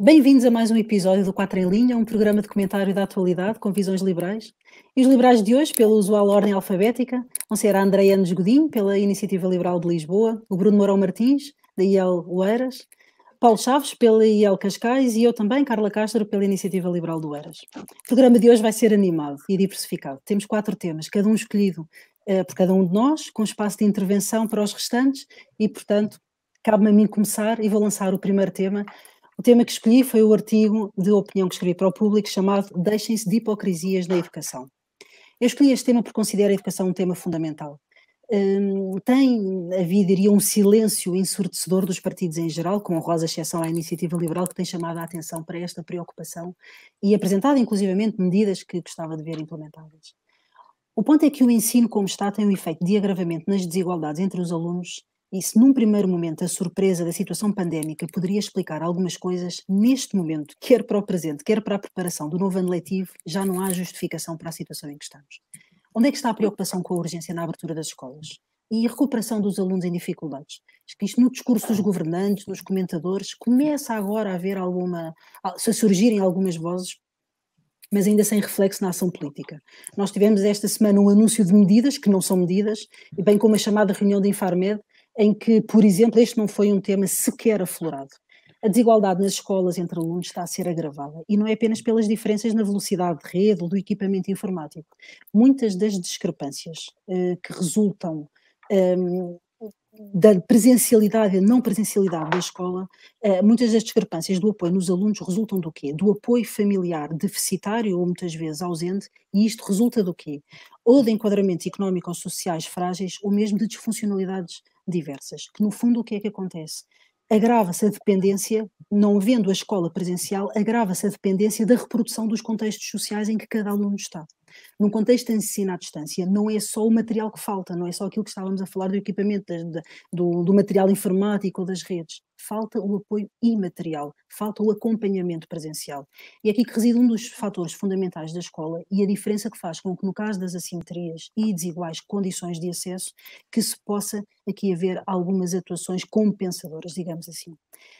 Bem-vindos a mais um episódio do 4 em Linha, um programa de comentário da atualidade com visões liberais. E os liberais de hoje, pela usual ordem alfabética, vão ser a Andreia Anos Godinho, pela Iniciativa Liberal de Lisboa, o Bruno Mourão Martins, da IEL Oeiras, Paulo Chaves, pela IEL Cascais e eu também, Carla Castro, pela Iniciativa Liberal de Oeiras. O programa de hoje vai ser animado e diversificado. Temos 4 temas, cada um escolhido por cada um de nós, com espaço de intervenção para os restantes e, portanto, cabe-me a mim começar e vou lançar o primeiro tema. O tema que escolhi foi o artigo de opinião que escrevi para o público chamado Deixem-se de hipocrisias na educação. Eu escolhi este tema porque considero a educação um tema fundamental. Tem havido, diria, um silêncio ensurdecedor dos partidos em geral, com honrosa exceção à Iniciativa Liberal, que tem chamado a atenção para esta preocupação e apresentado, inclusivamente, medidas que gostava de ver implementadas. O ponto é que o ensino como está tem um efeito de agravamento nas desigualdades entre os alunos e se num primeiro momento a surpresa da situação pandémica poderia explicar algumas coisas, neste momento, quer para o presente, quer para a preparação do novo ano letivo, já não há justificação para a situação em que estamos. Onde é que está a preocupação com a urgência na abertura das escolas? E a recuperação dos alunos em dificuldades? Isto no discurso dos governantes, dos comentadores, começa agora a haver a surgirem algumas vozes, mas ainda sem reflexo na ação política. Nós tivemos esta semana um anúncio de medidas, que não são medidas, e bem como a chamada reunião de Infarmed, em que, por exemplo, este não foi um tema sequer aflorado. A desigualdade nas escolas entre alunos está a ser agravada, e não é apenas pelas diferenças na velocidade de rede ou do equipamento informático. Muitas das discrepâncias que resultam da presencialidade e não presencialidade da escola, muitas das discrepâncias do apoio nos alunos resultam do quê? Do apoio familiar deficitário ou muitas vezes ausente, e isto resulta do quê? Ou de enquadramentos económicos ou sociais frágeis, ou mesmo de disfuncionalidades diversas, que no fundo o que é que acontece? Agrava-se a dependência, não havendo a escola presencial, agrava-se a dependência da reprodução dos contextos sociais em que cada aluno está. Num contexto de ensino à distância, não é só o material que falta, não é só aquilo que estávamos a falar do equipamento, do material informático ou das redes. Falta o apoio imaterial, falta o acompanhamento presencial. E é aqui que reside um dos fatores fundamentais da escola e a diferença que faz com que, no caso das assimetrias e desiguais condições de acesso, que se possa aqui haver algumas atuações compensadoras, digamos assim.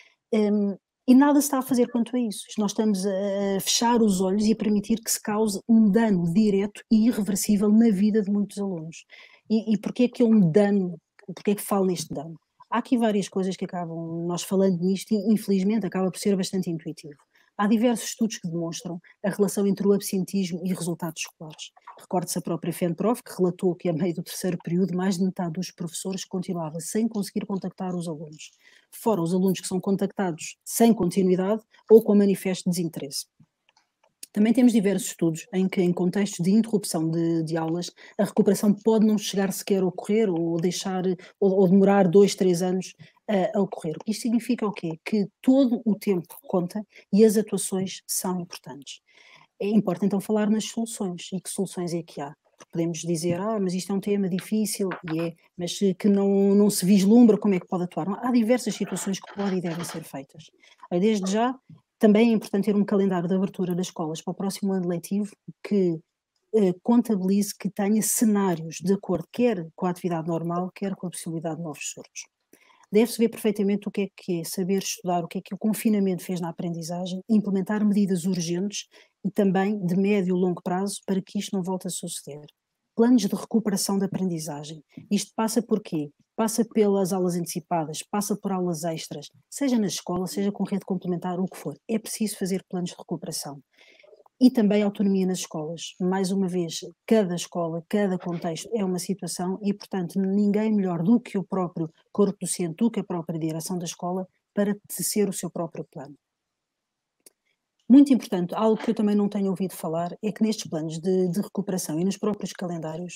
E nada se está a fazer quanto a isso. Nós estamos a fechar os olhos e a permitir que se cause um dano direto e irreversível na vida de muitos alunos. E porquê é que é um dano? Porquê é que falo neste dano? Há aqui várias coisas que acabam, nós falando nisto, e infelizmente acaba por ser bastante intuitivo. Há diversos estudos que demonstram a relação entre o absentismo e resultados escolares. Recorde-se a própria FENPROF, que relatou que a meio do terceiro período mais de metade dos professores continuava sem conseguir contactar os alunos. Fora os alunos que são contactados sem continuidade ou com manifesto desinteresse. Também temos diversos estudos em que, em contextos de interrupção de aulas, a recuperação pode não chegar sequer a ocorrer ou ou demorar 2, 3 anos a ocorrer. Isto significa o quê? Que todo o tempo conta e as atuações são importantes. Importa então falar nas soluções. E que soluções é que há? Porque podemos dizer, mas isto é um tema difícil, mas que não se vislumbra como é que pode atuar. Há diversas situações que podem e devem ser feitas. Desde já, também é importante ter um calendário de abertura das escolas para o próximo ano letivo que contabilize, que tenha cenários de acordo quer com a atividade normal, quer com a possibilidade de novos surtos. Deve-se ver perfeitamente o que é saber estudar, o que é que o confinamento fez na aprendizagem, implementar medidas urgentes e também de médio e longo prazo para que isto não volte a suceder. Planos de recuperação da aprendizagem. Isto passa por quê? Passa pelas aulas antecipadas, passa por aulas extras, seja na escola, seja com rede complementar, o que for. É preciso fazer planos de recuperação. E também autonomia nas escolas. Mais uma vez, cada escola, cada contexto é uma situação e, portanto, ninguém melhor do que o próprio corpo docente, do que a própria direção da escola, para tecer o seu próprio plano. Muito importante, algo que eu também não tenho ouvido falar, é que nestes planos de recuperação e nos próprios calendários,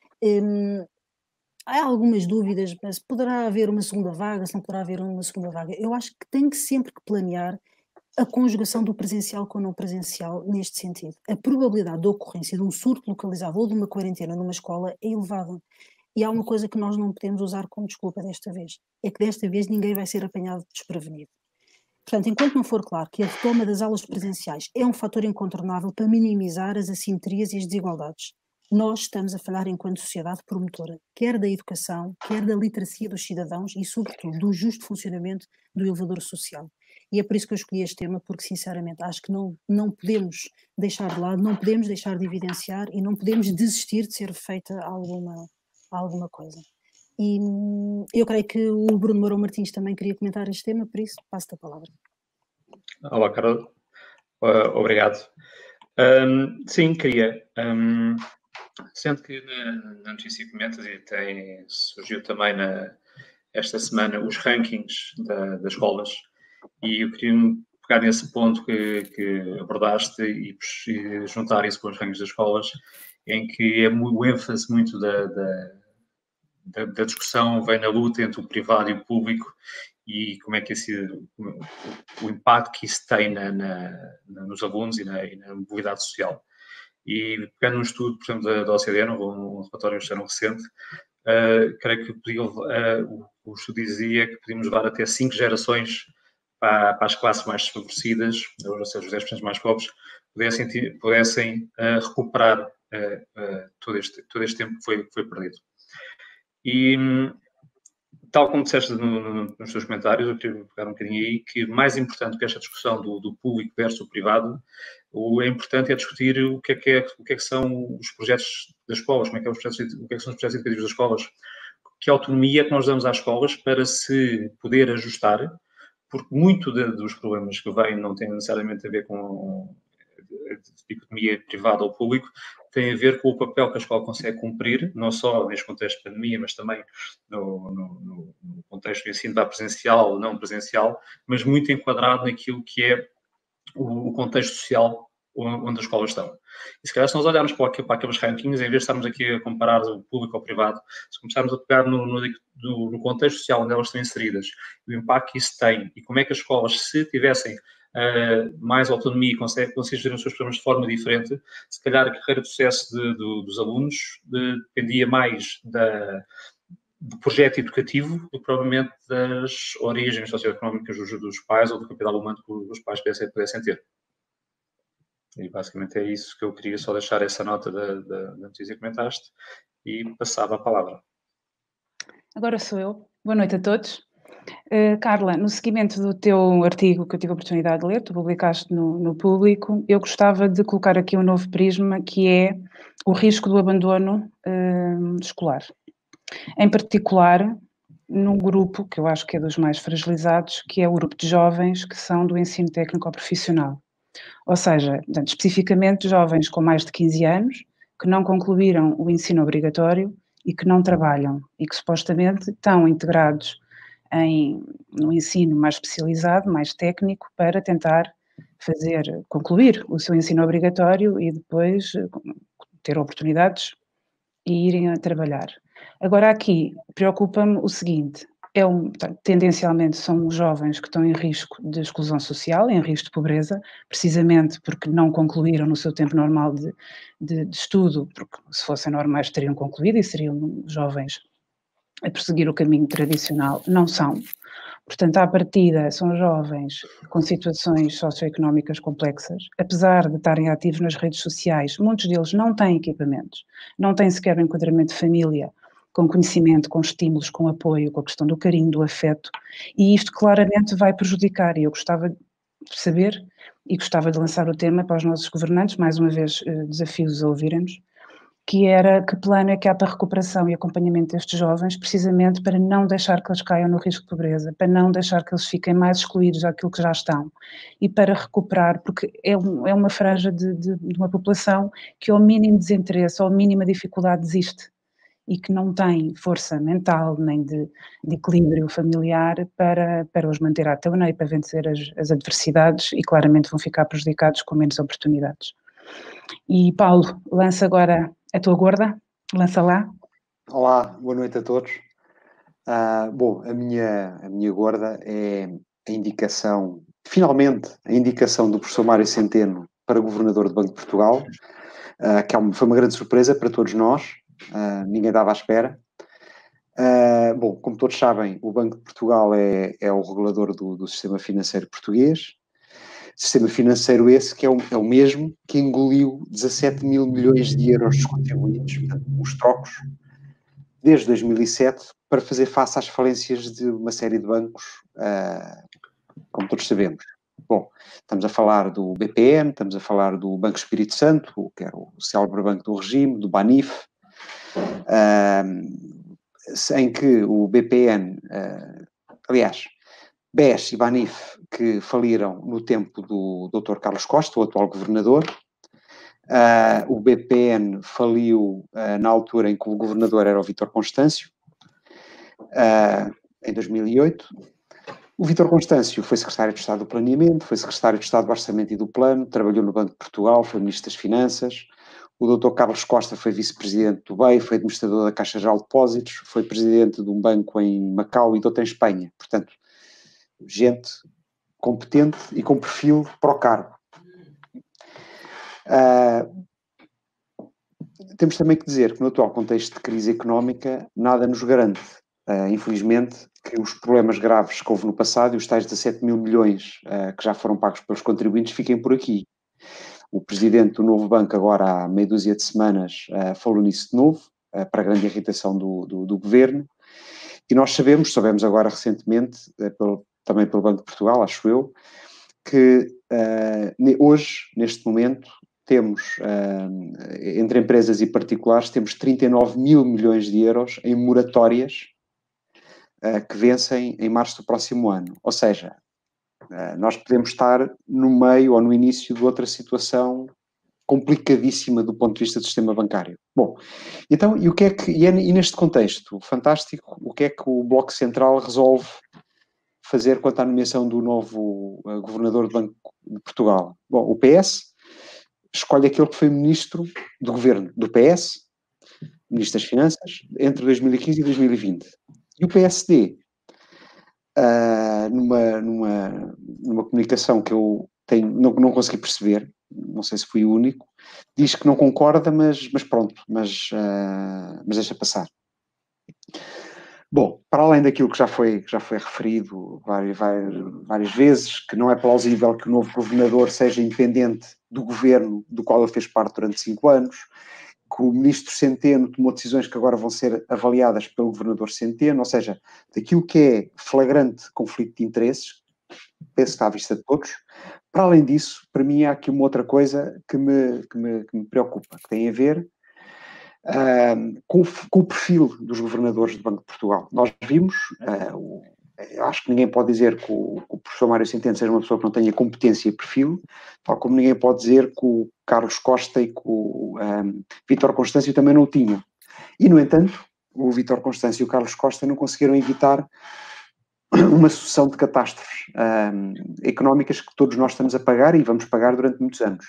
há algumas dúvidas, mas poderá haver uma segunda vaga, se não poderá haver uma segunda vaga. Eu acho que tem que sempre que planear a conjugação do presencial com o não presencial neste sentido. A probabilidade de ocorrência de um surto localizado ou de uma quarentena numa escola é elevada. E há uma coisa que nós não podemos usar como desculpa desta vez, é que desta vez ninguém vai ser apanhado desprevenido. Portanto, enquanto não for claro que a retoma das aulas presenciais é um fator incontornável para minimizar as assimetrias e as desigualdades, nós estamos a falhar enquanto sociedade promotora, quer da educação, quer da literacia dos cidadãos e, sobretudo, do justo funcionamento do elevador social. E é por isso que eu escolhi este tema, porque sinceramente acho que não podemos deixar de lado, não podemos deixar de evidenciar e não podemos desistir de ser feita alguma coisa. E eu creio que o Bruno Mourão Martins também queria comentar este tema, por isso passo-te a palavra. Olá, Carol. Obrigado. Sim, queria. Sendo que na notícia que comentas e surgiu também esta semana os rankings das escolas, e eu queria pegar nesse ponto que abordaste e juntar isso com os rankings das escolas, em que o ênfase muito da discussão vem na luta entre o privado e o público e como é que o impacto que isso tem nos alunos e na mobilidade social. E pegando um estudo, por exemplo, da OCDE, um relatório externo recente, creio que o estudo dizia que podíamos levar até 5 gerações para as classes mais desfavorecidas, ou seja, os 10% mais pobres, pudessem recuperar todo este tempo que foi perdido. E, tal como disseste nos teus comentários, eu queria pegar um bocadinho aí, que mais importante que esta discussão do público versus o privado, o importante é discutir o que é que são os projetos das escolas, o que é que são os projetos educativos das escolas, que autonomia é que nós damos às escolas para se poder ajustar, porque muito dos problemas que vêm não tem necessariamente a ver com a dicotomia privada ou público, tem a ver com o papel que a escola consegue cumprir, não só neste contexto de pandemia, mas também no contexto do ensino da presencial ou não presencial, mas muito enquadrado naquilo que é o contexto social onde as escolas estão. E se calhar, se nós olharmos para aqueles rankings, em vez de estarmos aqui a comparar o público ao privado, se começarmos a pegar no contexto social onde elas estão inseridas, o impacto que isso tem e como é que as escolas, se tivessem mais autonomia e conseguem gerir os seus problemas de forma diferente, se calhar a carreira de sucesso dos alunos dependia mais do projeto educativo do que provavelmente das origens socioeconómicas dos pais ou do capital humano que os pais pudessem ter. E basicamente é isso que eu queria só deixar essa nota da notícia que comentaste e passava a palavra. Agora sou eu. Boa noite a todos. Carla, no seguimento do teu artigo que eu tive a oportunidade de ler, tu publicaste no Público, eu gostava de colocar aqui um novo prisma, que é o risco do abandono escolar. Em particular, num grupo que eu acho que é dos mais fragilizados, que é o grupo de jovens que são do ensino técnico ou profissional. Ou seja, portanto, especificamente jovens com mais de 15 anos, que não concluíram o ensino obrigatório e que não trabalham e que supostamente estão integrados no ensino mais especializado, mais técnico, para tentar concluir o seu ensino obrigatório e depois ter oportunidades e irem a trabalhar. Agora aqui preocupa-me o seguinte, tendencialmente são os jovens que estão em risco de exclusão social, em risco de pobreza, precisamente porque não concluíram no seu tempo normal de estudo, porque se fossem normais teriam concluído e seriam jovens a perseguir o caminho tradicional, não são. Portanto, à partida, são jovens com situações socioeconómicas complexas, apesar de estarem ativos nas redes sociais, muitos deles não têm equipamentos, não têm sequer um enquadramento de família, com conhecimento, com estímulos, com apoio, com a questão do carinho, do afeto, e isto claramente vai prejudicar, e eu gostava de saber, e gostava de lançar o tema para os nossos governantes, mais uma vez desafio-os a ouvirem-nos, que plano é que há para a recuperação e acompanhamento destes jovens, precisamente para não deixar que eles caiam no risco de pobreza, para não deixar que eles fiquem mais excluídos daquilo que já estão, e para recuperar, porque é uma franja de uma população que ao mínimo desinteresse, ao mínima dificuldade desiste, e que não tem força mental nem de equilíbrio familiar para os manter à tona e para vencer as adversidades, e claramente vão ficar prejudicados com menos oportunidades. E Paulo, lança agora a tua gorda, lança lá. Olá, boa noite a todos. Bom, a minha gorda é a indicação, finalmente, a indicação do professor Mário Centeno para governador do Banco de Portugal, que foi uma grande surpresa para todos nós, ninguém dava à espera. Bom, como todos sabem, o Banco de Portugal é o regulador do sistema financeiro português. Sistema financeiro esse que é o mesmo que engoliu 17 mil milhões de euros dos contribuintes, portanto, os trocos, desde 2007, para fazer face às falências de uma série de bancos como todos sabemos. Bom, estamos a falar do BPN, estamos a falar do Banco Espírito Santo, que era o célebre banco do regime, do Banif, em que o BPN, aliás, BES e Banif, que faliram no tempo do Dr. Carlos Costa, o atual governador. O BPN faliu na altura em que o governador era o Vítor Constâncio, em 2008. O Vítor Constâncio foi secretário de Estado do Planeamento, foi secretário de Estado do Orçamento e do Plano, trabalhou no Banco de Portugal, foi ministro das Finanças. O Dr. Carlos Costa foi vice-presidente do BEI, foi administrador da Caixa Geral de Depósitos, foi presidente de um banco em Macau e de outro em Espanha. Portanto, gente competente e com perfil para o cargo. Temos também que dizer que no atual contexto de crise económica nada nos garante, infelizmente, que os problemas graves que houve no passado e os tais 17 mil milhões que já foram pagos pelos contribuintes fiquem por aqui. O presidente do novo banco agora há meia dúzia de semanas falou nisso de novo, para a grande irritação do governo, e nós soubemos agora recentemente, também pelo Banco de Portugal, acho eu, que hoje, neste momento, temos, entre empresas e particulares, temos 39 mil milhões de euros em moratórias que vencem em março do próximo ano. Ou seja, nós podemos estar no meio ou no início de outra situação complicadíssima do ponto de vista do sistema bancário. Bom, então, e neste contexto fantástico, o que é que o Bloco Central resolve fazer quanto à nomeação do novo governador do Banco de Portugal? Bom, o PS escolhe aquele que foi ministro do governo do PS, ministro das Finanças, entre 2015 e 2020. E o PSD, numa comunicação que eu não consegui perceber, não sei se fui o único, diz que não concorda, mas pronto, mas deixa passar. Bom, para além daquilo que já foi referido várias vezes, que não é plausível que o novo governador seja independente do governo do qual ele fez parte durante 5 anos, que o ministro Centeno tomou decisões que agora vão ser avaliadas pelo governador Centeno, ou seja, daquilo que é flagrante conflito de interesses, penso que está à vista de todos. Para além disso, para mim há aqui uma outra coisa que me preocupa, que tem a ver com o perfil dos governadores do Banco de Portugal. Nós vimos, acho que ninguém pode dizer que o professor Mário Centeno seja uma pessoa que não tenha competência e perfil, tal como ninguém pode dizer que o Carlos Costa e que o Vítor Constâncio também não o tinham. E, no entanto, o Vítor Constâncio e o Carlos Costa não conseguiram evitar uma sucessão de catástrofes económicas que todos nós estamos a pagar e vamos pagar durante muitos anos.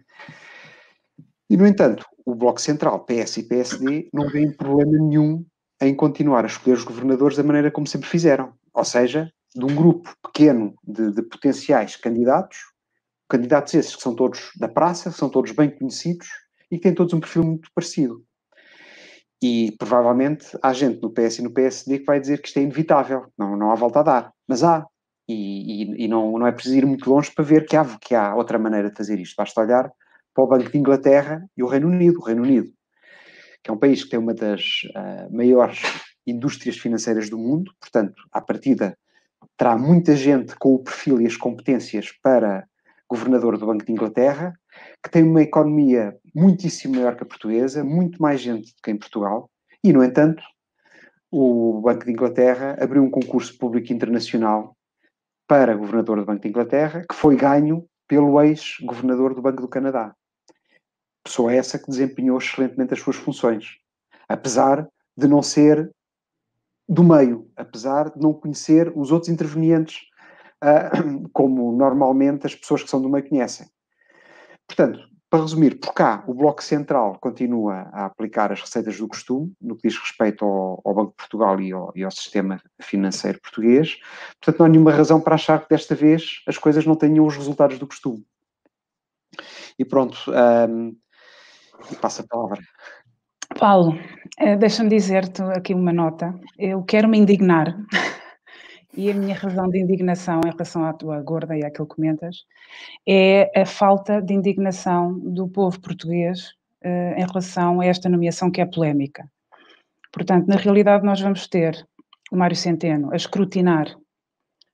E, no entanto, o Bloco Central, PS e PSD, não vêem problema nenhum em continuar a escolher os governadores da maneira como sempre fizeram. Ou seja, de um grupo pequeno de potenciais candidatos esses que são todos da praça, são todos bem conhecidos e que têm todos um perfil muito parecido. E, provavelmente, há gente no PS e no PSD que vai dizer que isto é inevitável, não há volta a dar. Mas há. E não é preciso ir muito longe para ver que há outra maneira de fazer isto. Basta olhar para o Banco de Inglaterra e o Reino Unido. O Reino Unido, que é um país que tem uma das maiores indústrias financeiras do mundo, portanto, à partida, terá muita gente com o perfil e as competências para governador do Banco de Inglaterra, que tem uma economia muitíssimo maior que a portuguesa, muito mais gente do que em Portugal, e, no entanto, o Banco de Inglaterra abriu um concurso público internacional para governador do Banco de Inglaterra, que foi ganho pelo ex-governador do Banco do Canadá. Pessoa essa que desempenhou excelentemente as suas funções, apesar de não ser do meio, apesar de não conhecer os outros intervenientes, como normalmente as pessoas que são do meio conhecem. Portanto, para resumir, por cá, o Bloco Central continua a aplicar as receitas do costume, no que diz respeito ao Banco de Portugal e ao sistema financeiro português. Portanto, não há nenhuma razão para achar que desta vez as coisas não tenham os resultados do costume. E pronto, e passo a palavra. Paulo, deixa-me dizer-te aqui uma nota. Eu quero me indignar, e a minha razão de indignação em relação à tua gorda e àquilo que comentas, é a falta de indignação do povo português em relação a esta nomeação que é polémica. Portanto, na realidade nós vamos ter o Mário Centeno a escrutinar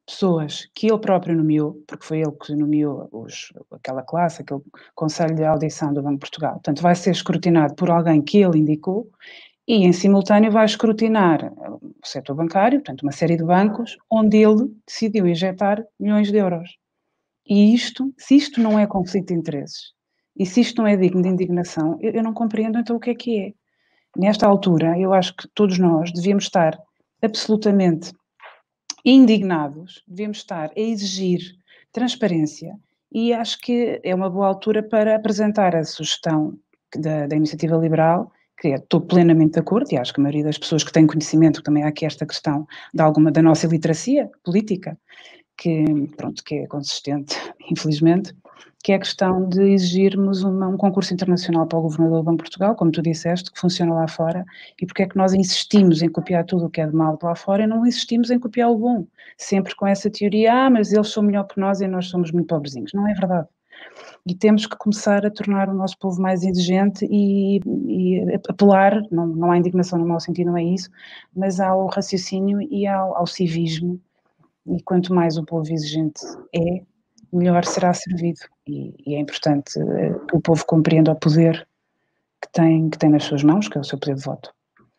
pessoas que ele próprio nomeou, porque foi ele que nomeou aquela classe, aquele Conselho de Audição do Banco de Portugal. Portanto, vai ser escrutinado por alguém que ele indicou e, em simultâneo, vai escrutinar o setor bancário, portanto, uma série de bancos, onde ele decidiu injetar milhões de euros. E se isto não é conflito de interesses, e se isto não é digno de indignação, eu não compreendo então o que é. Nesta altura, eu acho que todos nós devíamos estar absolutamente indignados, devíamos estar a exigir transparência e acho que é uma boa altura para apresentar a sugestão da Iniciativa Liberal, que estou plenamente de acordo e acho que a maioria das pessoas que têm conhecimento, também há aqui esta questão da nossa iliteracia política, que é consistente, infelizmente, que é a questão de exigirmos um concurso internacional para o Governador do Banco de Portugal, como tu disseste, que funciona lá fora, e porque é que nós insistimos em copiar tudo o que é de mal de lá fora e não insistimos em copiar o bom, sempre com essa teoria, mas eles são melhor que nós e nós somos muito pobrezinhos. Não é verdade. E temos que começar a tornar o nosso povo mais exigente e apelar, não há indignação no mau sentido, não é isso, mas ao raciocínio e ao civismo. E quanto mais o povo exigente é, melhor será servido. E é importante que o povo compreenda o poder que tem nas suas mãos, que é o seu poder de voto.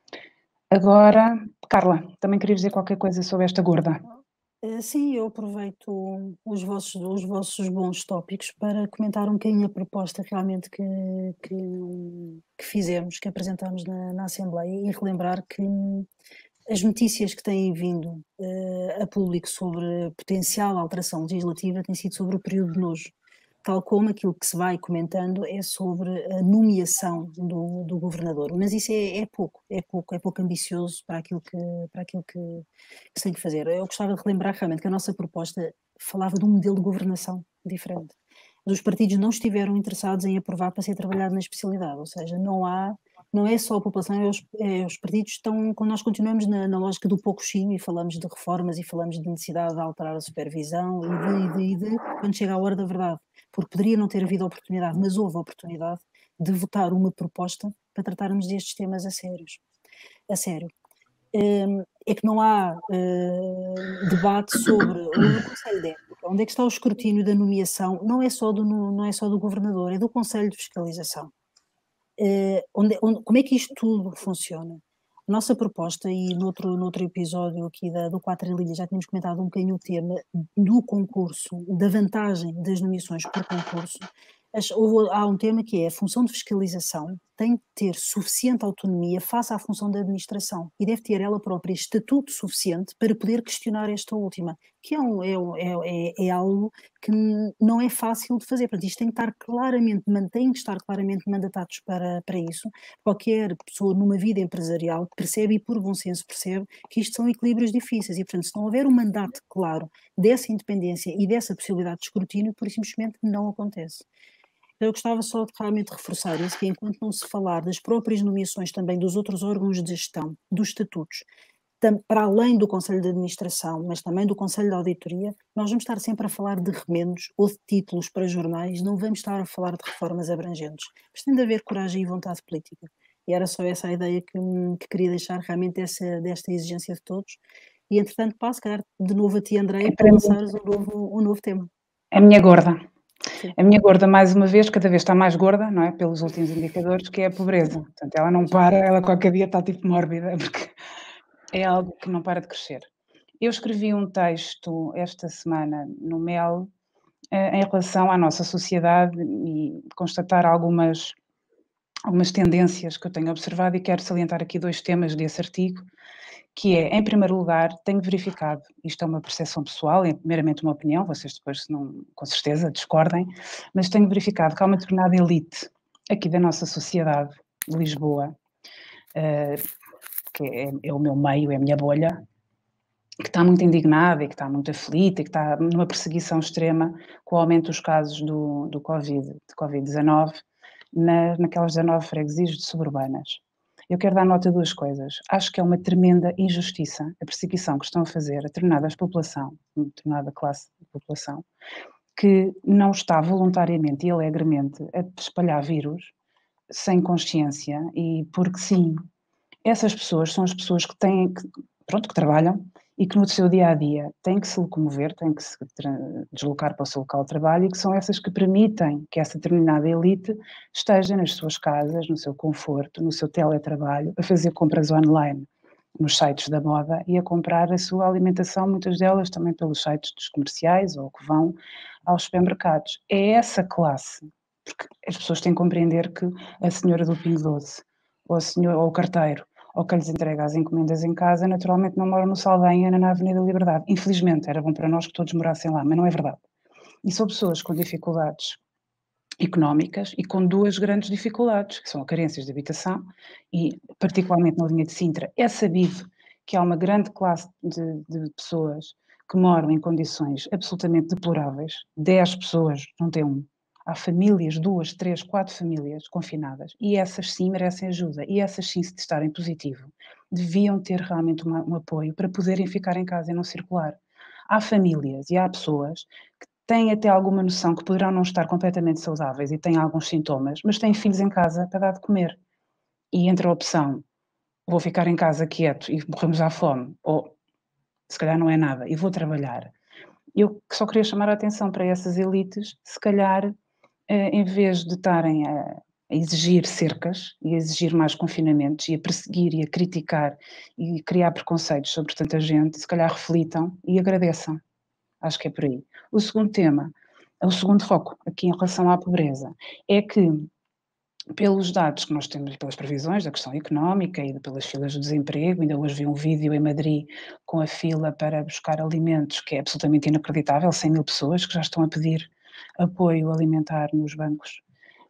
Agora, Carla, também queria dizer qualquer coisa sobre esta gorda. Sim, eu aproveito os vossos bons tópicos para comentar um bocadinho a proposta realmente que fizemos, que apresentámos na Assembleia e relembrar que as notícias que têm vindo a público sobre potencial alteração legislativa têm sido sobre o período de nojo, tal como aquilo que se vai comentando é sobre a nomeação do governador. Mas isso é pouco ambicioso para aquilo que se tem que fazer. Eu gostava de relembrar realmente que a nossa proposta falava de um modelo de governação diferente. Os partidos não estiveram interessados em aprovar para ser trabalhado na especialidade, ou seja, não é só a população, os partidos estão, quando nós continuamos na lógica do poucochinho e falamos de reformas e falamos de necessidade de alterar a supervisão e de quando chega a hora da verdade, porque poderia não ter havido oportunidade, mas houve a oportunidade de votar uma proposta para tratarmos destes temas a sério. É que não há debate sobre o Conselho de Ética, onde é que está o escrutínio da nomeação, não é só do governador, é do Conselho de Fiscalização. Como é que isto tudo funciona? A nossa proposta, e noutro episódio aqui do Quatrilha já tínhamos comentado um bocadinho o tema do concurso, da vantagem das nomeações por concurso. Há um tema que é a função de fiscalização tem de ter suficiente autonomia face à função da administração e deve ter ela própria estatuto suficiente para poder questionar esta última, que é algo que não é fácil de fazer. Portanto, isto tem que estar claramente mandatados para isso. Qualquer pessoa numa vida empresarial percebe e por bom senso percebe que isto são equilíbrios difíceis e, portanto, se não houver um mandato claro dessa independência e dessa possibilidade de escrutínio, por simplesmente não acontece. Eu gostava só de realmente reforçar isso, que enquanto não se falar das próprias nomeações também dos outros órgãos de gestão, dos estatutos, para além do Conselho de Administração, mas também do Conselho de Auditoria, nós vamos estar sempre a falar de remendos ou de títulos para jornais, não vamos estar a falar de reformas abrangentes. Mas tem de haver coragem e vontade política. E era só essa a ideia que queria deixar realmente desta exigência de todos. E entretanto passo, calhar, de novo a ti, Andréia, para lançares um novo tema. A minha gorda. Sim. A minha gorda, mais uma vez, cada vez está mais gorda, não é? Pelos últimos indicadores, que é a pobreza. Portanto, ela não para, ela qualquer dia está tipo mórbida, porque é algo que não para de crescer. Eu escrevi um texto esta semana no MEL em relação à nossa sociedade e constatar algumas tendências que eu tenho observado e quero salientar aqui 2 temas desse artigo, que é, em primeiro lugar, tenho verificado, isto é uma percepção pessoal, é meramente uma opinião, vocês depois, não, com certeza, discordem, mas tenho verificado que há uma determinada elite aqui da nossa sociedade, de Lisboa, que é o meu meio, é a minha bolha, que está muito indignada e que está muito aflita e que está numa perseguição extrema com o aumento dos casos do Covid-19 naquelas 19 freguesias suburbanas. Eu quero dar nota de 2 coisas. Acho que é uma tremenda injustiça a perseguição que estão a fazer a determinada classe de população, que não está voluntariamente e alegremente a espalhar vírus sem consciência e porque sim. Essas pessoas são as pessoas que trabalham e que no seu dia-a-dia têm que se locomover, têm que se deslocar para o seu local de trabalho e que são essas que permitem que essa determinada elite esteja nas suas casas, no seu conforto, no seu teletrabalho, a fazer compras online nos sites da moda e a comprar a sua alimentação, muitas delas também pelos sites dos comerciais ou que vão aos supermercados. É essa classe, porque as pessoas têm que compreender que a senhora do Pingo Doce, ou o carteiro, ou quem lhes entrega as encomendas em casa, naturalmente não moram no Saldanha, nem na Avenida Liberdade. Infelizmente, era bom para nós que todos morassem lá, mas não é verdade. E são pessoas com dificuldades económicas e com duas grandes dificuldades, que são as carências de habitação e, particularmente na linha de Sintra, é sabido que há uma grande classe de pessoas que moram em condições absolutamente deploráveis, 10 pessoas, não tem um. Há famílias, 2, 3, 4 famílias confinadas e essas sim merecem ajuda e essas sim, se testarem positivo, deviam ter realmente um apoio para poderem ficar em casa e não circular. Há famílias e há pessoas que têm até alguma noção que poderão não estar completamente saudáveis e têm alguns sintomas, mas têm filhos em casa para dar de comer. E entre a opção, vou ficar em casa quieto e morremos à fome, ou se calhar não é nada, e vou trabalhar. Eu só queria chamar a atenção para essas elites, se calhar, em vez de estarem a exigir cercas e a exigir mais confinamentos e a perseguir e a criticar e criar preconceitos sobre tanta gente, se calhar reflitam e agradeçam. Acho que é por aí. O segundo tema, o segundo foco aqui em relação à pobreza, é que, pelos dados que nós temos e pelas previsões da questão económica e pelas filas de desemprego, ainda hoje vi um vídeo em Madrid com a fila para buscar alimentos, que é absolutamente inacreditável, 100.000 pessoas que já estão a pedir apoio alimentar nos bancos.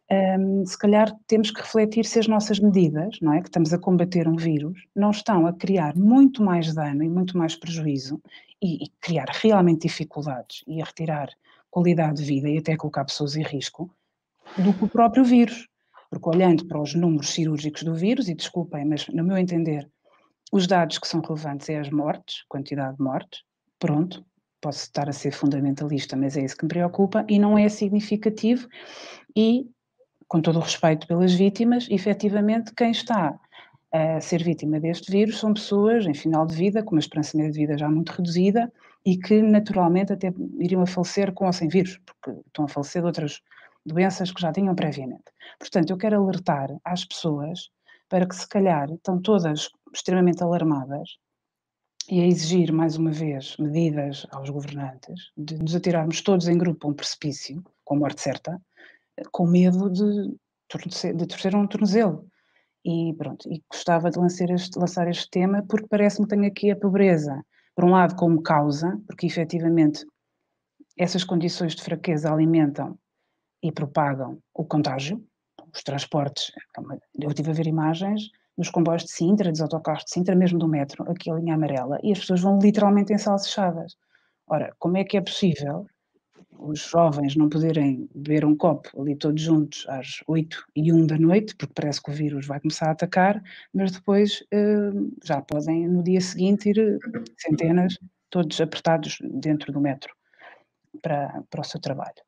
Se calhar temos que refletir se as nossas medidas, não é, que estamos a combater um vírus, não estão a criar muito mais dano e muito mais prejuízo e criar realmente dificuldades e a retirar qualidade de vida e até colocar pessoas em risco, do que o próprio vírus. Porque olhando para os números cirúrgicos do vírus, e desculpem, mas no meu entender, os dados que são relevantes é as mortes, quantidade de mortes, pronto, posso estar a ser fundamentalista, mas é isso que me preocupa, e não é significativo e, com todo o respeito pelas vítimas, efetivamente quem está a ser vítima deste vírus são pessoas em final de vida, com uma esperança média de vida já muito reduzida e que naturalmente até iriam a falecer com ou sem vírus, porque estão a falecer de outras doenças que já tinham previamente. Portanto, eu quero alertar às pessoas para que se calhar estão todas extremamente alarmadas e a exigir mais uma vez medidas aos governantes de nos atirarmos todos em grupo a um precipício, com morte certa, com medo de torcer um tornozelo. E pronto, e gostava de lançar este tema porque parece-me que tenho aqui a pobreza, por um lado como causa, porque efetivamente essas condições de fraqueza alimentam e propagam o contágio, os transportes. Eu estive a ver imagens dos comboios de Sintra, dos autocarros de Sintra, mesmo do metro, aqui a linha amarela, e as pessoas vão literalmente em salsichadas. Ora, como é que é possível os jovens não poderem beber um copo ali todos juntos às 8h01 da noite, porque parece que o vírus vai começar a atacar, mas depois já podem no dia seguinte ir centenas, todos apertados dentro do metro para o seu trabalho.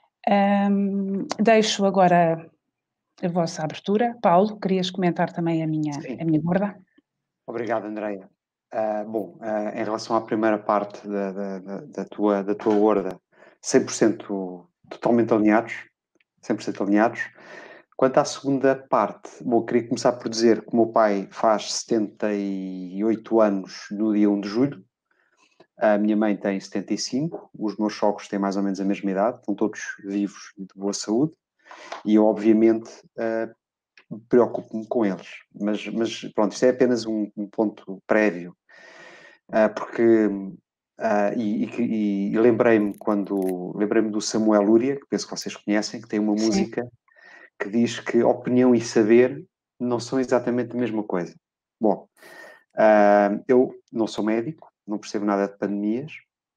Deixo agora a vossa abertura. Paulo, querias comentar também a minha gorda? Obrigado, Andreia. Em relação à primeira parte da tua gorda, 100% totalmente alinhados, 100% alinhados. Quanto à segunda parte, queria começar por dizer que o meu pai faz 78 anos no dia 1 de julho, a minha mãe tem 75, os meus sogros têm mais ou menos a mesma idade, estão todos vivos e de boa saúde, e eu obviamente preocupo-me com eles, mas pronto, isto é apenas um ponto prévio, porque lembrei-me do Samuel Lúria, que penso que vocês conhecem, que tem uma música que diz que opinião e saber não são exatamente a mesma coisa. Bom, eu não sou médico, não percebo nada de pandemias,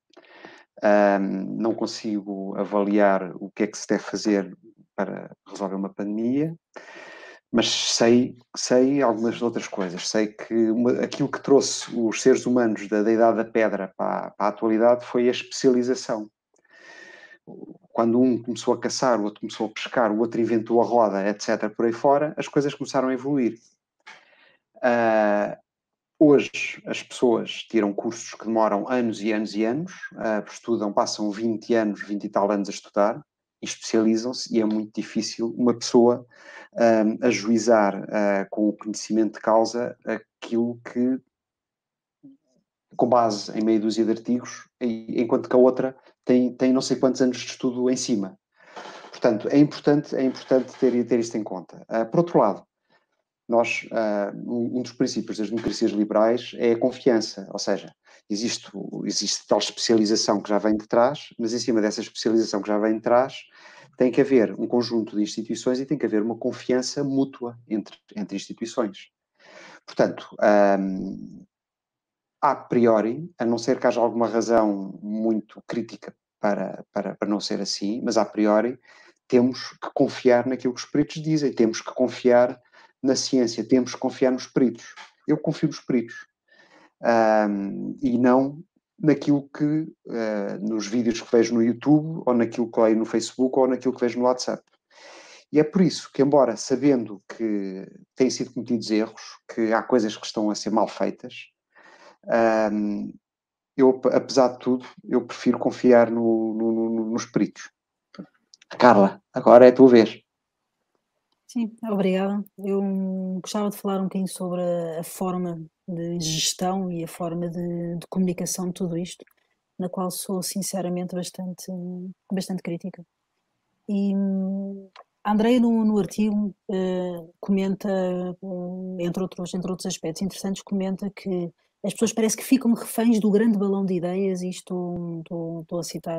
não consigo avaliar o que é que se deve fazer para resolver uma pandemia, mas sei algumas outras coisas. Sei que aquilo que trouxe os seres humanos da Idade da Pedra para a atualidade foi a especialização. Quando um começou a caçar, o outro começou a pescar, o outro inventou a roda, etc., por aí fora, as coisas começaram a evoluir. Hoje as pessoas tiram cursos que demoram anos e anos e anos, estudam, passam 20 anos, 20 e tal anos a estudar, e especializam-se, e é muito difícil uma pessoa ajuizar com o conhecimento de causa aquilo que, com base em meia dúzia de artigos, enquanto que a outra tem não sei quantos anos de estudo em cima. Portanto, é importante ter isto em conta. Por outro lado, nós, um dos princípios das democracias liberais é a confiança, ou seja, existe tal especialização que já vem de trás, mas em cima dessa especialização que já vem de trás tem que haver um conjunto de instituições e tem que haver uma confiança mútua entre instituições. Portanto, a priori, a não ser que haja alguma razão muito crítica para não ser assim, mas a priori temos que confiar naquilo que os peritos dizem, temos que confiar na ciência, temos que confiar nos peritos. Eu confio nos peritos. E não naquilo que, nos vídeos que vejo no YouTube, ou naquilo que leio no Facebook, ou naquilo que vejo no WhatsApp. E é por isso que, embora sabendo que têm sido cometidos erros, que há coisas que estão a ser mal feitas, eu, apesar de tudo, eu prefiro confiar nos peritos. Carla, agora é a tua vez. Sim, obrigada. Eu gostava de falar um bocadinho sobre a forma de gestão e a forma de comunicação de tudo isto, na qual sou sinceramente bastante crítica. E a Andreia no artigo comenta, entre outros aspectos interessantes, comenta que as pessoas parece que ficam reféns do grande balão de ideias, e estou a citar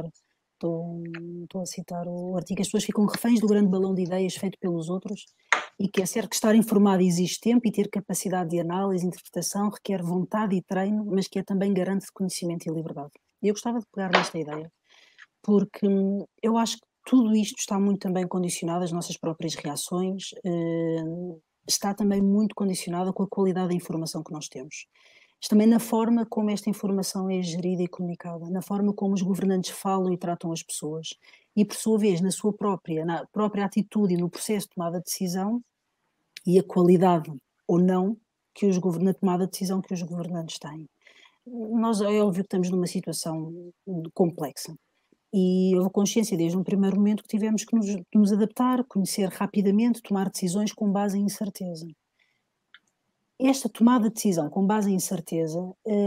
o artigo, as pessoas ficam reféns do grande balão de ideias feito pelos outros, e que é certo que estar informado exige tempo e ter capacidade de análise e interpretação requer vontade e treino, mas que é também garante de conhecimento e liberdade. E eu gostava de pegar nesta ideia, porque eu acho que tudo isto está muito também condicionado às nossas próprias reações, está também muito condicionado com a qualidade da informação que nós temos. Mas também na forma como esta informação é gerida e comunicada, na forma como os governantes falam e tratam as pessoas, e por sua vez na própria atitude e no processo de tomada de decisão, e a qualidade ou não na tomada de decisão que os governantes têm. Nós, é óbvio que estamos numa situação complexa, e houve consciência desde um primeiro momento que tivemos que nos adaptar, conhecer rapidamente, tomar decisões com base em incerteza. Esta tomada de decisão com base em incerteza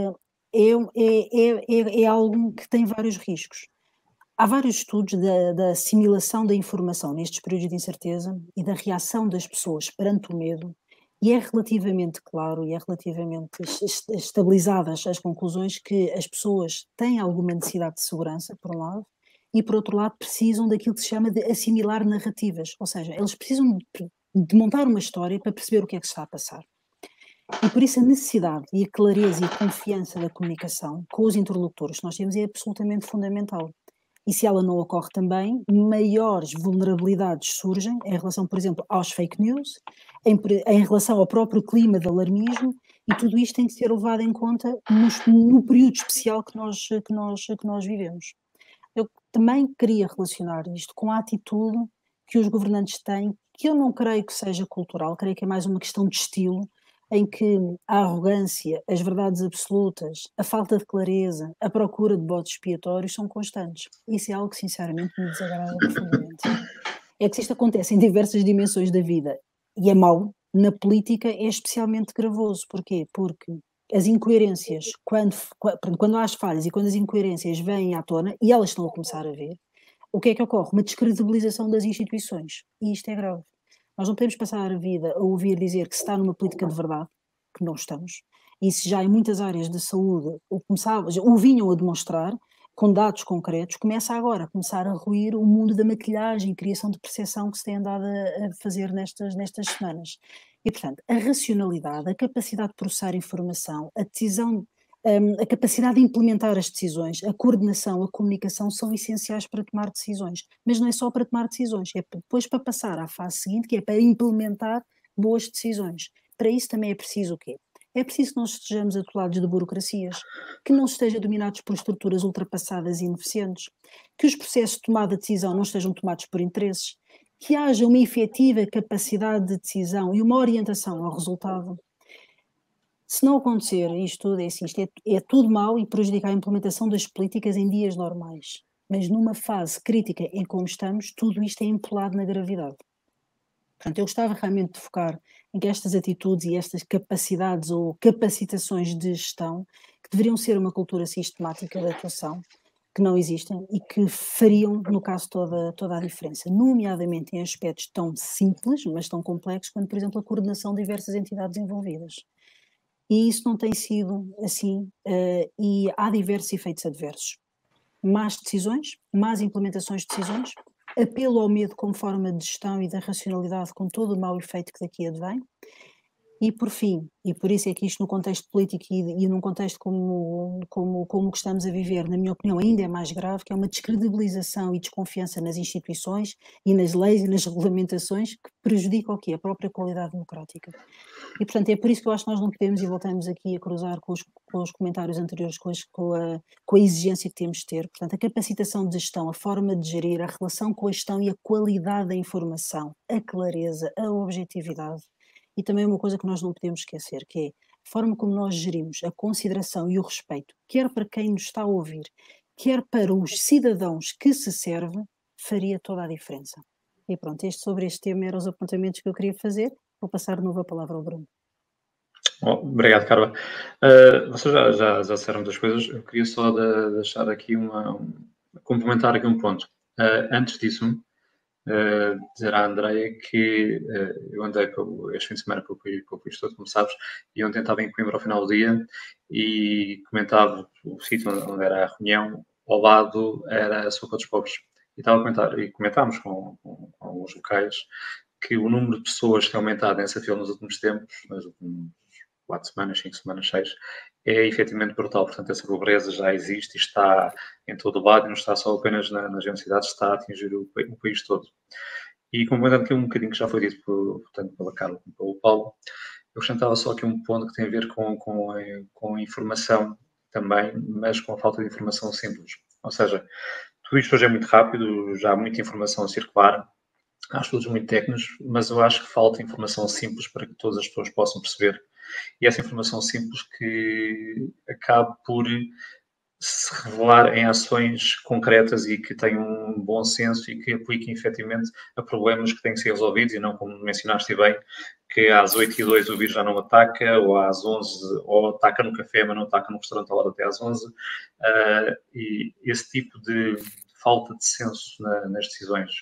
é algo que tem vários riscos. Há vários estudos da assimilação da informação nestes períodos de incerteza e da reação das pessoas perante o medo, e é relativamente claro e é relativamente estabilizadas as conclusões que as pessoas têm alguma necessidade de segurança, por um lado, e por outro lado precisam daquilo que se chama de assimilar narrativas, ou seja, eles precisam de montar uma história para perceber o que é que se está a passar. E por isso a necessidade e a clareza e a confiança da comunicação com os interlocutores que nós temos é absolutamente fundamental. E se ela não ocorre também, maiores vulnerabilidades surgem em relação, por exemplo, aos fake news, em relação ao próprio clima de alarmismo, e tudo isto tem que ser levado em conta no período especial que nós vivemos. Eu também queria relacionar isto com a atitude que os governantes têm, que eu não creio que seja cultural, creio que é mais uma questão de estilo, em que a arrogância, as verdades absolutas, a falta de clareza, a procura de bodes expiatórios são constantes. Isso é algo que sinceramente me desagrada profundamente. É que se isto acontece em diversas dimensões da vida e é mau, na política é especialmente gravoso. Porquê? Porque as incoerências, quando há as falhas e quando as incoerências vêm à tona, e elas estão a começar a ver, o que é que ocorre? Uma descredibilização das instituições. E isto é grave. Nós não podemos passar a vida a ouvir dizer que se está numa política de verdade, que não estamos, e se já em muitas áreas de saúde o vinham a demonstrar, com dados concretos, começa agora a começar a ruir o mundo da maquilhagem e criação de percepção que se tem andado a fazer nestas semanas. E, portanto, a racionalidade, a capacidade de processar informação, a decisão, a capacidade de implementar as decisões, a coordenação, a comunicação são essenciais para tomar decisões. Mas não é só para tomar decisões, é depois para passar à fase seguinte, que é para implementar boas decisões. Para isso também é preciso o quê? É preciso que não estejamos atolados de burocracias, que não estejam dominados por estruturas ultrapassadas e ineficientes, que os processos de tomada de decisão não estejam tomados por interesses, que haja uma efetiva capacidade de decisão e uma orientação ao resultado. Se não acontecer isto tudo, assim, isto é tudo mau e prejudica a implementação das políticas em dias normais. Mas numa fase crítica em como estamos, tudo isto é empolado na gravidade. Portanto, eu gostava realmente de focar em que estas atitudes e estas capacidades ou capacitações de gestão, que deveriam ser uma cultura sistemática de atuação, que não existem e que fariam, no caso, toda a diferença, nomeadamente em aspectos tão simples, mas tão complexos, quanto, por exemplo, a coordenação de diversas entidades envolvidas. E isso não tem sido assim, e há diversos efeitos adversos. Más decisões, más implementações de decisões, apelo ao medo como forma de gestão e da racionalidade com todo o mau efeito que daqui advém. E por fim, e por isso é que isto no contexto político e num contexto como que estamos a viver, na minha opinião, ainda é mais grave, que é uma descredibilização e desconfiança nas instituições e nas leis e nas regulamentações que prejudica o quê? A própria qualidade democrática. E, portanto, é por isso que eu acho que nós não podemos, e voltamos aqui a cruzar com os comentários anteriores, com a exigência que temos de ter. Portanto, a capacitação de gestão, a forma de gerir, a relação com a gestão e a qualidade da informação, a clareza, a objetividade. E também uma coisa que nós não podemos esquecer, que é a forma como nós gerimos a consideração e o respeito, quer para quem nos está a ouvir, quer para os cidadãos que se serve, faria toda a diferença. E pronto, sobre este tema eram os apontamentos que eu queria fazer. Vou passar de novo a palavra ao Bruno. Obrigado, Carla. Vocês já disseram muitas coisas. Eu queria só deixar aqui complementar aqui um ponto. Antes disso, dizer à Andreia que eu andei este fim de semana pelo país todo, como sabes, e ontem estava em Coimbra ao final do dia e comentava o sítio onde era a reunião, ao lado era a Sopa dos Pobres. E estava a comentar, e comentámos com alguns locais, que o número de pessoas que tem aumentado nessa fila nos últimos tempos, nas últimas 4 semanas, 5 semanas, 6, é efetivamente brutal. Portanto, essa pobreza já existe e está em todo o lado, e não está só apenas nas grandes cidades, está a atingir o país todo. E complementando aqui um bocadinho que já foi dito tanto pela Carla como pelo Paulo, eu acrescentava só aqui um ponto que tem a ver com a informação também, mas com a falta de informação simples. Ou seja, tudo isto hoje é muito rápido, já há muita informação a circular, há estudos muito técnicos, mas eu acho que falta informação simples para que todas as pessoas possam perceber. E essa informação simples que acabe por se revelar em ações concretas e que tenham um bom senso e que apliquem efetivamente a problemas que têm que ser resolvidos e não, como mencionaste bem, que às 8h02 o vírus já não ataca, ou às 11, ou ataca no café, mas não ataca no restaurante ao lado até às 11. E esse tipo de falta de senso nas decisões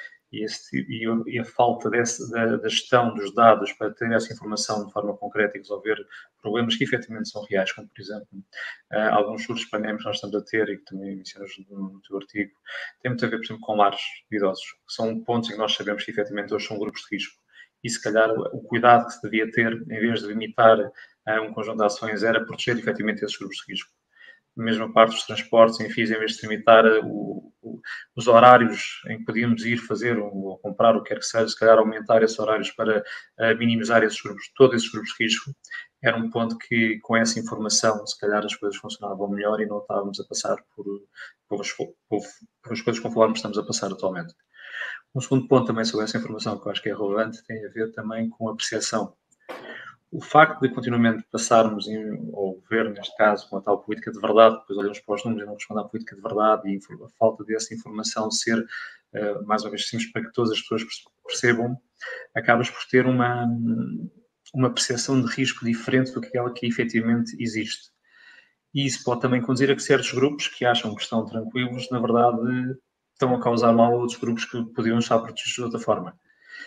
e a falta da gestão dos dados para ter essa informação de forma concreta e resolver problemas que efetivamente são reais, como, por exemplo, alguns surtos pandémicos que nós estamos a ter e que também mencionas no teu artigo, tem muito a ver, por exemplo, com lares de idosos, que são pontos em que nós sabemos que efetivamente hoje são grupos de risco. E, se calhar, o cuidado que se devia ter, em vez de limitar um conjunto de ações, era proteger efetivamente esses grupos de risco. Mesma parte dos transportes, enfim, em vez de limitar os horários em que podíamos ir fazer ou comprar o que quer que seja, se calhar aumentar esses horários para minimizar todos esses grupos de risco, era um ponto que, com essa informação, se calhar as coisas funcionavam melhor e não estávamos a passar por as coisas conforme estamos a passar atualmente. Um segundo ponto também sobre essa informação que eu acho que é relevante tem a ver também com a percepção. O facto de continuamente passarmos, ou ver, neste caso, com a tal política de verdade, depois olhamos para os números e não responder à política de verdade, e a falta dessa informação ser, mais uma vez, simples para que todas as pessoas percebam, acabas por ter uma percepção de risco diferente do que aquela que efetivamente existe. E isso pode também conduzir a que certos grupos que acham que estão tranquilos, na verdade, estão a causar mal a outros grupos que poderiam estar protegidos de outra forma.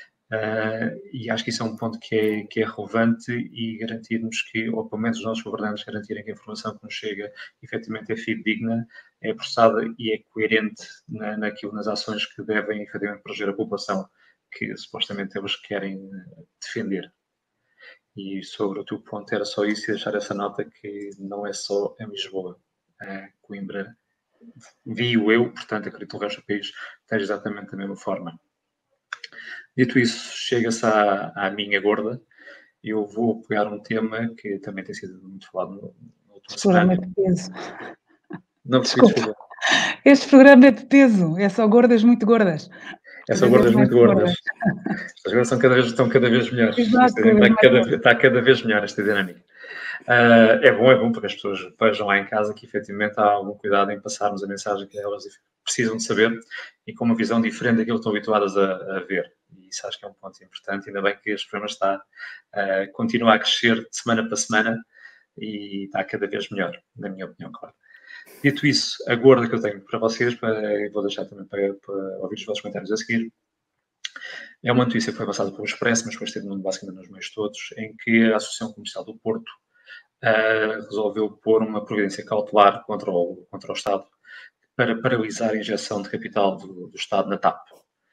E acho que isso é um ponto que é relevante e garantirmos que, ou pelo menos os nossos governantes garantirem que a informação que nos chega efetivamente é fidedigna, é processada e é coerente nas ações que devem efetivamente proteger a população que supostamente eles querem defender. E sobre o teu ponto era só isso, e deixar essa nota que não é só em Lisboa. Coimbra, vi-o eu, portanto acredito que o resto do país esteja exatamente da mesma forma. Dito isso, chega-se à minha gorda. Eu vou apoiar um tema que também tem sido muito falado no último semana. Este programa é de peso. Não percebi, desculpa. Este programa é de peso, é só gordas muito gordas. É só gordas muito gordas. Estas gordas estão cada vez melhores. Exato, Está cada vez melhor esta dinâmica. É bom porque as pessoas vejam lá em casa que efetivamente há algum cuidado em passarmos a mensagem que elas precisam de saber e com uma visão diferente daquilo que estão habituadas a ver. E isso acho que é um ponto importante. Ainda bem que este programa continua a crescer de semana para semana e está cada vez melhor, na minha opinião, claro. Dito isso, a gorda que eu tenho para vocês, vou deixar também para ouvir os vossos comentários a seguir, é uma notícia que foi passada pelo Expresso, mas foi esteve basicamente nos meios todos, em que a Associação Comercial do Porto resolveu pôr uma providência cautelar contra o Estado para paralisar a injeção de capital do Estado na TAP.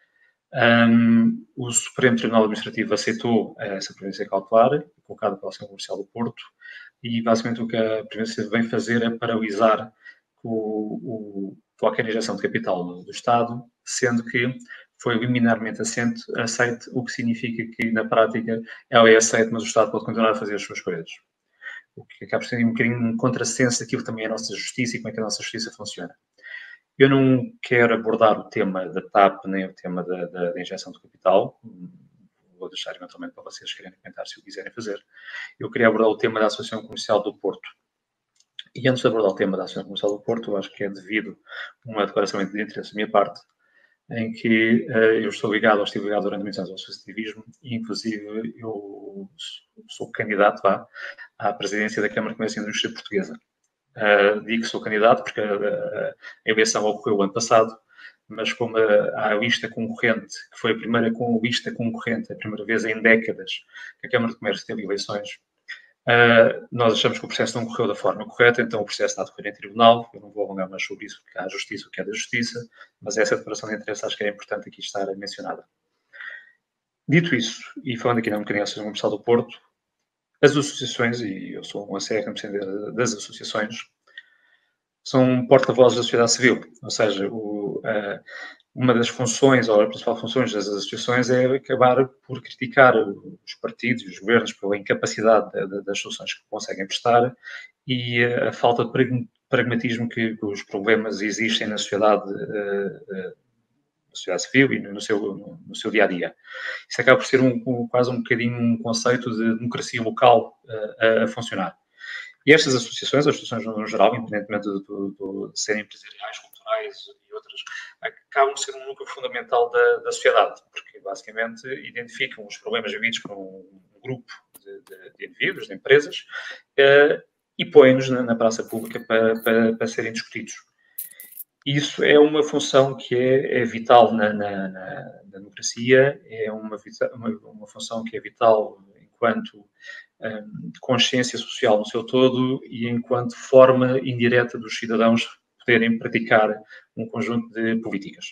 O Supremo Tribunal Administrativo aceitou essa providência cautelar, colocada pela Associação Comercial do Porto, e basicamente o que a providência vem fazer é paralisar qualquer injeção de capital do Estado, sendo que foi liminarmente aceite, o que significa que, na prática, ela é aceita, mas o Estado pode continuar a fazer as suas coisas. O que acaba por ser um bocadinho um contrassenso daquilo que também é a nossa justiça e como é que a nossa justiça funciona. Eu não quero abordar o tema da TAP, nem o tema da injeção de capital. Vou deixar eventualmente para vocês querem comentar se o quiserem fazer. Eu queria abordar o tema da Associação Comercial do Porto. E antes de abordar o tema da Associação Comercial do Porto, eu acho que é devido uma declaração de interesse da minha parte, em que eu estive ligado durante muitos anos ao associativismo e, inclusive, eu sou candidato à presidência da Câmara de Comércio e Indústria Portuguesa. Digo que sou candidato porque a eleição ocorreu o ano passado, mas como a lista concorrente, que foi a primeira lista concorrente, a primeira vez em décadas que a Câmara de Comércio teve eleições, nós achamos que o processo não correu da forma correta, então o processo está a decorrer em tribunal. Eu não vou alongar mais sobre isso, porque há a justiça, o que é da justiça, mas essa declaração de interesse acho que é importante aqui estar mencionada. Dito isso, e falando aqui um bocadinho da Associação Comercial do Porto, as associações, e eu sou um acérrimo defensor das associações, são porta-vozes da sociedade civil, ou seja, uma das funções, ou a principal função das associações é acabar por criticar os partidos e os governos pela incapacidade das soluções que conseguem prestar e a falta de pragmatismo que os problemas existem na sociedade civil e no seu dia-a-dia. Isso acaba por ser quase um bocadinho um conceito de democracia local a funcionar. E estas associações, as associações no geral, independentemente de serem empresariais, culturais e outras, acabam de ser um núcleo fundamental da sociedade, porque basicamente identificam os problemas vividos por um grupo de indivíduos, de empresas, e põem-nos na praça pública para serem discutidos. Isso é uma função que é vital na democracia, é uma função que é vital enquanto consciência social no seu todo e enquanto forma indireta dos cidadãos poderem praticar um conjunto de políticas.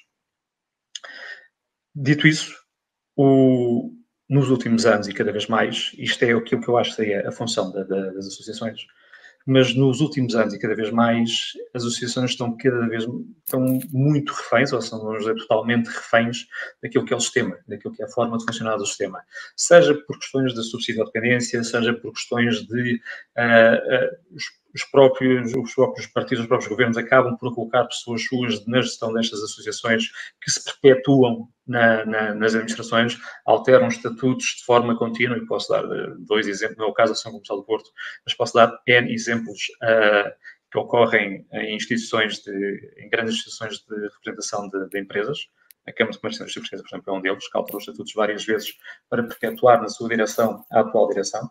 Dito isso, nos últimos anos e cada vez mais, isto é aquilo que eu acho que é a função das associações, mas nos últimos anos e cada vez mais as associações estão muito reféns, ou são totalmente reféns daquilo que é o sistema, daquilo que é a forma de funcionar do sistema. Seja por questões de subsídio à dependência, seja por questões de os próprios partidos, os próprios governos acabam por colocar pessoas suas na gestão destas associações que se perpetuam nas administrações, alteram estatutos de forma contínua, e posso dar 2 exemplos, no meu caso, a Associação Comercial do Porto, mas posso dar N exemplos que ocorrem em grandes instituições de representação de empresas. A Câmara de Comércio e Indústria Portuguesa, por exemplo, é um deles, que alterou os estatutos várias vezes para perpetuar na sua direção a atual direção.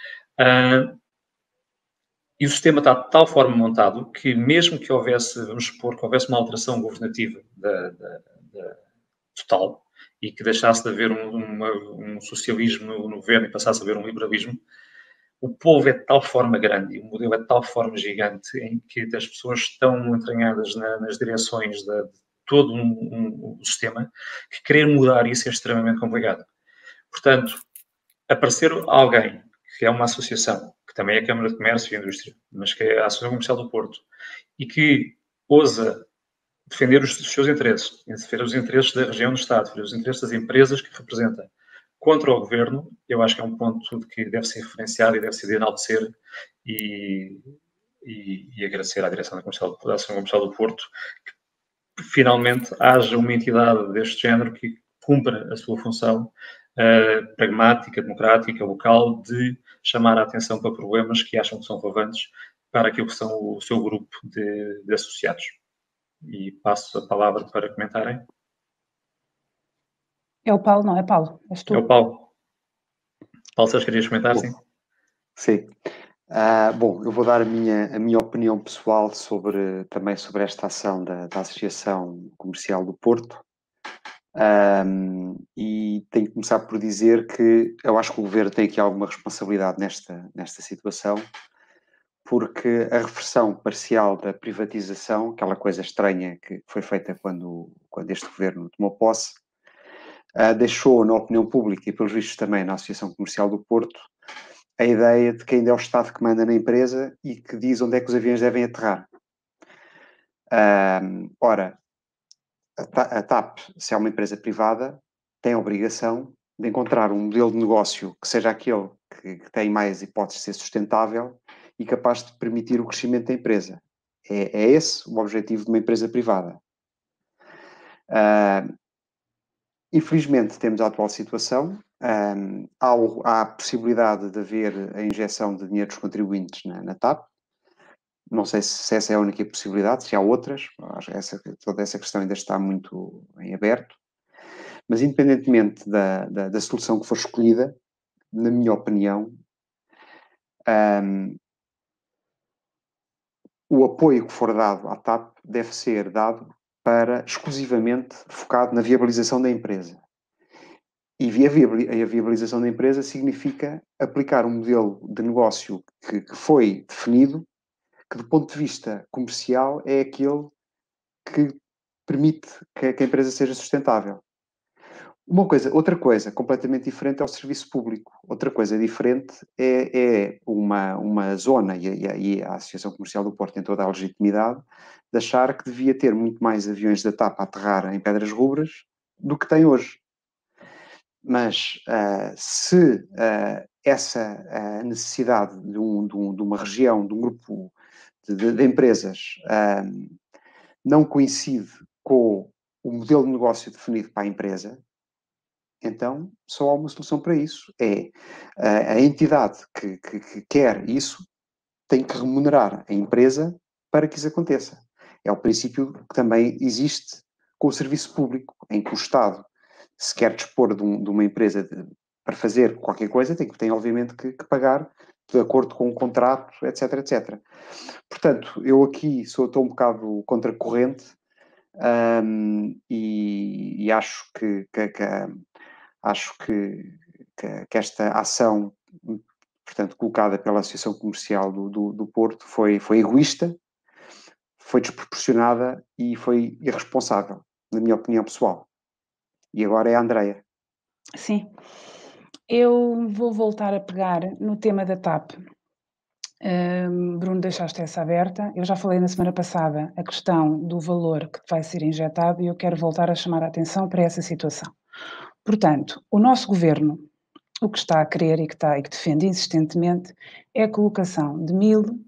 E o sistema está de tal forma montado que mesmo que houvesse, vamos supor, que houvesse uma alteração governativa total e que deixasse de haver um socialismo no governo e passasse a haver um liberalismo, o povo é de tal forma grande, o modelo é de tal forma gigante em que as pessoas estão entranhadas nas direções de todo um sistema que querer mudar isso é extremamente complicado. Portanto, aparecer alguém que é uma associação, que também é a Câmara de Comércio e Indústria, mas que é a Associação Comercial do Porto, e que ousa defender os seus interesses, defender os interesses da região do Estado, defender os interesses das empresas que representa contra o Governo, eu acho que é um ponto que deve ser referenciado e deve ser de enaltecer e agradecer à direção da Associação Comercial do Porto que finalmente haja uma entidade deste género que cumpra a sua função pragmática, democrática, local, de chamar a atenção para problemas que acham que são relevantes para aquilo que são o seu grupo de associados. E passo a palavra para comentarem. É o Paulo, não é Paulo? És tu? É o Paulo. Paulo, se querias comentar, sim? Sim. Bom, eu vou dar a minha opinião pessoal também sobre esta ação da Associação Comercial do Porto. E tenho que começar por dizer que eu acho que o Governo tem aqui alguma responsabilidade nesta situação, porque a reversão parcial da privatização, aquela coisa estranha que foi feita quando este Governo tomou posse, deixou na opinião pública e pelos vistos também na Associação Comercial do Porto a ideia de que ainda é o Estado que manda na empresa e que diz onde é que os aviões devem aterrar. Ora, a TAP, se é uma empresa privada, tem a obrigação de encontrar um modelo de negócio que seja aquele que tem mais hipóteses de ser sustentável e capaz de permitir o crescimento da empresa. É esse o objetivo de uma empresa privada. Infelizmente, temos a atual situação. Há a possibilidade de haver a injeção de dinheiro dos contribuintes na TAP. Não sei se essa é a única possibilidade, se há outras. Acho que toda essa questão ainda está muito em aberto. Mas, independentemente da solução que for escolhida, na minha opinião, o apoio que for dado à TAP deve ser dado exclusivamente focado na viabilização da empresa. E a viabilização da empresa significa aplicar um modelo de negócio que foi definido, que do ponto de vista comercial é aquele que permite que a empresa seja sustentável. Outra coisa completamente diferente é o serviço público. Outra coisa diferente é uma zona, e a Associação Comercial do Porto tem toda a legitimidade de achar que devia ter muito mais aviões da TAP a aterrar em Pedras Rubras do que tem hoje. Mas se essa necessidade de uma região, de um grupo de empresas não coincide com o modelo de negócio definido para a empresa, então só há uma solução para isso. A entidade que quer isso tem que remunerar a empresa para que isso aconteça. É o princípio que também existe com o serviço público, em que o Estado, se quer dispor de uma empresa para fazer qualquer coisa, tem obviamente que pagar de acordo com o contrato, etc, etc. Portanto, eu aqui estou um bocado contracorrente e acho que esta ação, portanto, colocada pela Associação Comercial do Porto foi egoísta, foi desproporcionada e foi irresponsável, na minha opinião pessoal. E agora é a Andreia. Sim. Eu vou voltar a pegar no tema da TAP. Bruno, deixaste essa aberta. Eu já falei na semana passada a questão do valor que vai ser injetado e eu quero voltar a chamar a atenção para essa situação. Portanto, o nosso governo, o que está a querer e que defende insistentemente é a colocação de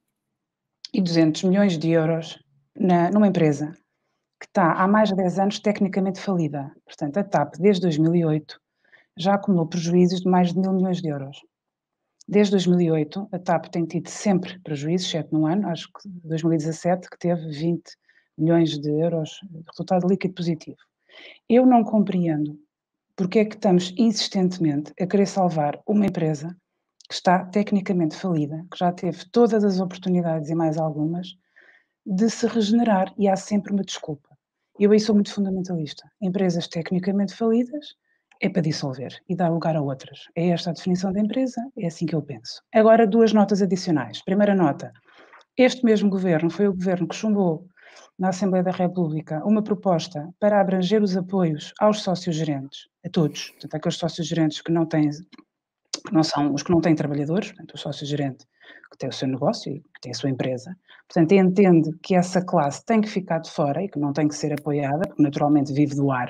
1.200 milhões de euros numa empresa que está há mais de 10 anos tecnicamente falida. Portanto, a TAP, desde 2008, já acumulou prejuízos de mais de 1.000 milhões de euros. Desde 2008, a TAP tem tido sempre prejuízos, exceto num ano, acho que 2017, que teve 20 milhões de euros de resultado líquido positivo. Eu não compreendo porque é que estamos insistentemente a querer salvar uma empresa que está tecnicamente falida, que já teve todas as oportunidades e mais algumas de se regenerar e há sempre uma desculpa. Eu aí sou muito fundamentalista. Empresas tecnicamente falidas é para dissolver e dar lugar a outras. É esta a definição da empresa, é assim que eu penso. Agora, 2 notas adicionais. Primeira nota, este mesmo governo foi o governo que chumbou na Assembleia da República uma proposta para abranger os apoios aos sócios-gerentes, a todos, portanto, aqueles sócios-gerentes que não são os que não têm trabalhadores, portanto, o sócio-gerente que tem o seu negócio e que tem a sua empresa, portanto, entende que essa classe tem que ficar de fora e que não tem que ser apoiada, porque naturalmente vive do ar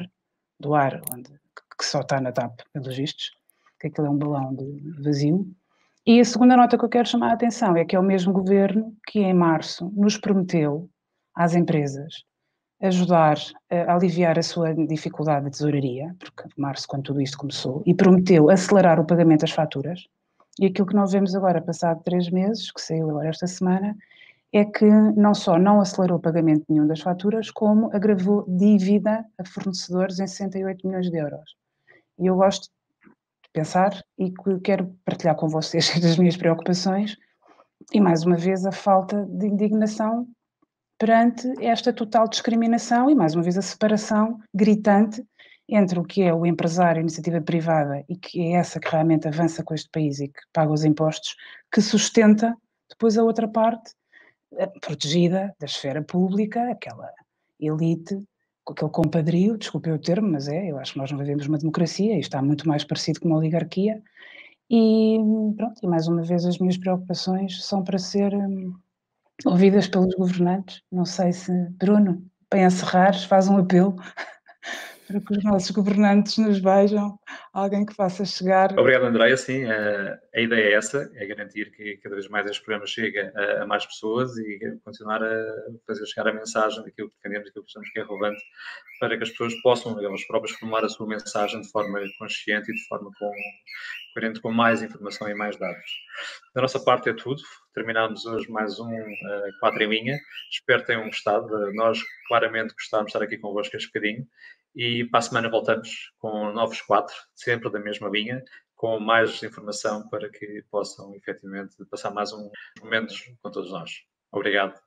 que só está na TAP, pelos vistos, que aquilo é um balão vazio. E a segunda nota que eu quero chamar a atenção é que é o mesmo governo que em março nos prometeu às empresas ajudar a aliviar a sua dificuldade de tesouraria, porque em março, quando tudo isto começou, e prometeu acelerar o pagamento das faturas. E aquilo que nós vemos agora, passado 3 meses, que saiu agora esta semana, é que não só não acelerou o pagamento de nenhum das faturas, como agravou dívida a fornecedores em 68 milhões de euros. E eu gosto de pensar e quero partilhar com vocês as minhas preocupações e, mais uma vez, a falta de indignação perante esta total discriminação e, mais uma vez, a separação gritante entre o que é o empresário, a iniciativa privada, e que é essa que realmente avança com este país e que paga os impostos, que sustenta depois a outra parte, protegida da esfera pública, aquela elite, com aquele compadrio, desculpe o termo, mas eu acho que nós não vivemos uma democracia e está muito mais parecido com uma oligarquia. E pronto, e mais uma vez as minhas preocupações são para ser ouvidas pelos governantes. Não sei se, Bruno, para encerrar, faz um apelo para que os nossos governantes nos vejam, alguém que faça chegar. Obrigado, Andréia. Sim, a ideia é essa, é garantir que cada vez mais este programa chegue a mais pessoas e continuar a fazer chegar a mensagem daquilo que defendemos, daquilo que achamos que é relevante, para que as pessoas possam, elas próprias, formar a sua mensagem de forma consciente e de forma coerente, com mais informação e mais dados. Da nossa parte é tudo. Terminámos hoje mais um 4 em linha. Espero que tenham gostado. Nós claramente gostámos de estar aqui convosco este bocadinho. E para a semana voltamos com novos 4, sempre da mesma linha, com mais informação para que possam efetivamente passar mais um momento com todos nós. Obrigado.